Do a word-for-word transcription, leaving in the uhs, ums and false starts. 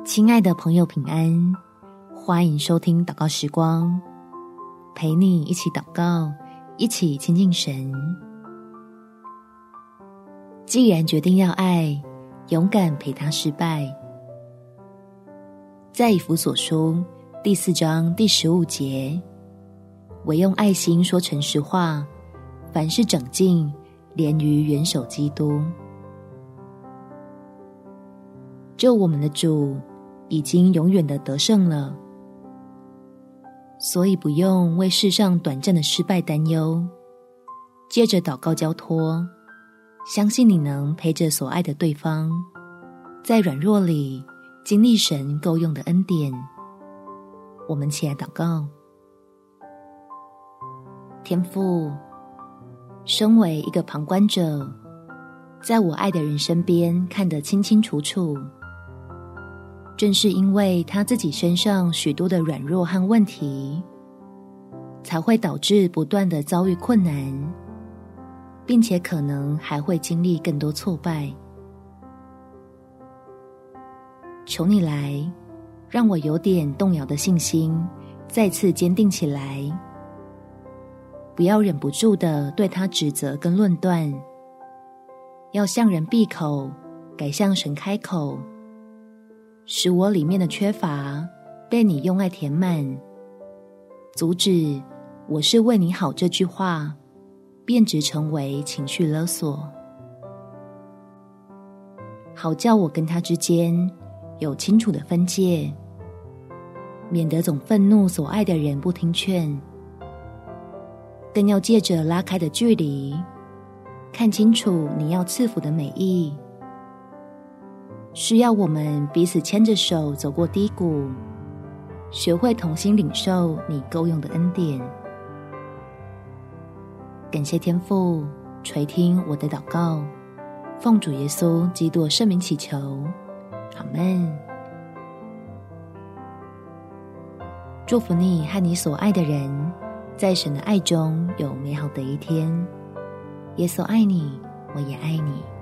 亲爱的朋友平安，欢迎收听祷告时光，陪你一起祷告，一起亲近神。既然决定要爱，勇敢陪他失败。在以弗所书第四章第十五节，唯用爱心说诚实话，凡事长进，连于元首基督。就我们的主已经永远的得胜了，所以不用为世上短暂的失败担忧。借着祷告交托，相信你能陪着所爱的对方，在软弱里经历神够用的恩典。我们起来祷告。天父，身为一个旁观者，在我爱的人身边看得清清楚楚，正是因为他自己身上许多的软弱和问题，才会导致不断的遭遇困难，并且可能还会经历更多挫败。求你来，让我有点动摇的信心再次坚定起来，不要忍不住的对他指责跟论断，要向人闭口，改向神开口，使我里面的缺乏被你用爱填满，阻止我是为你好这句话变质成为情绪勒索，好叫我跟他之间有清楚的分界，免得总愤怒所爱的人不听劝，更要借着拉开的距离，看清楚你要赐福的美意，是要我们彼此牵着手走过低谷，学会同心领受你够用的恩典。感谢天父垂听我的祷告，奉主耶稣基督圣名祈求，阿们。祝福你和你所爱的人在神的爱中有美好的一天。耶稣爱你，我也爱你。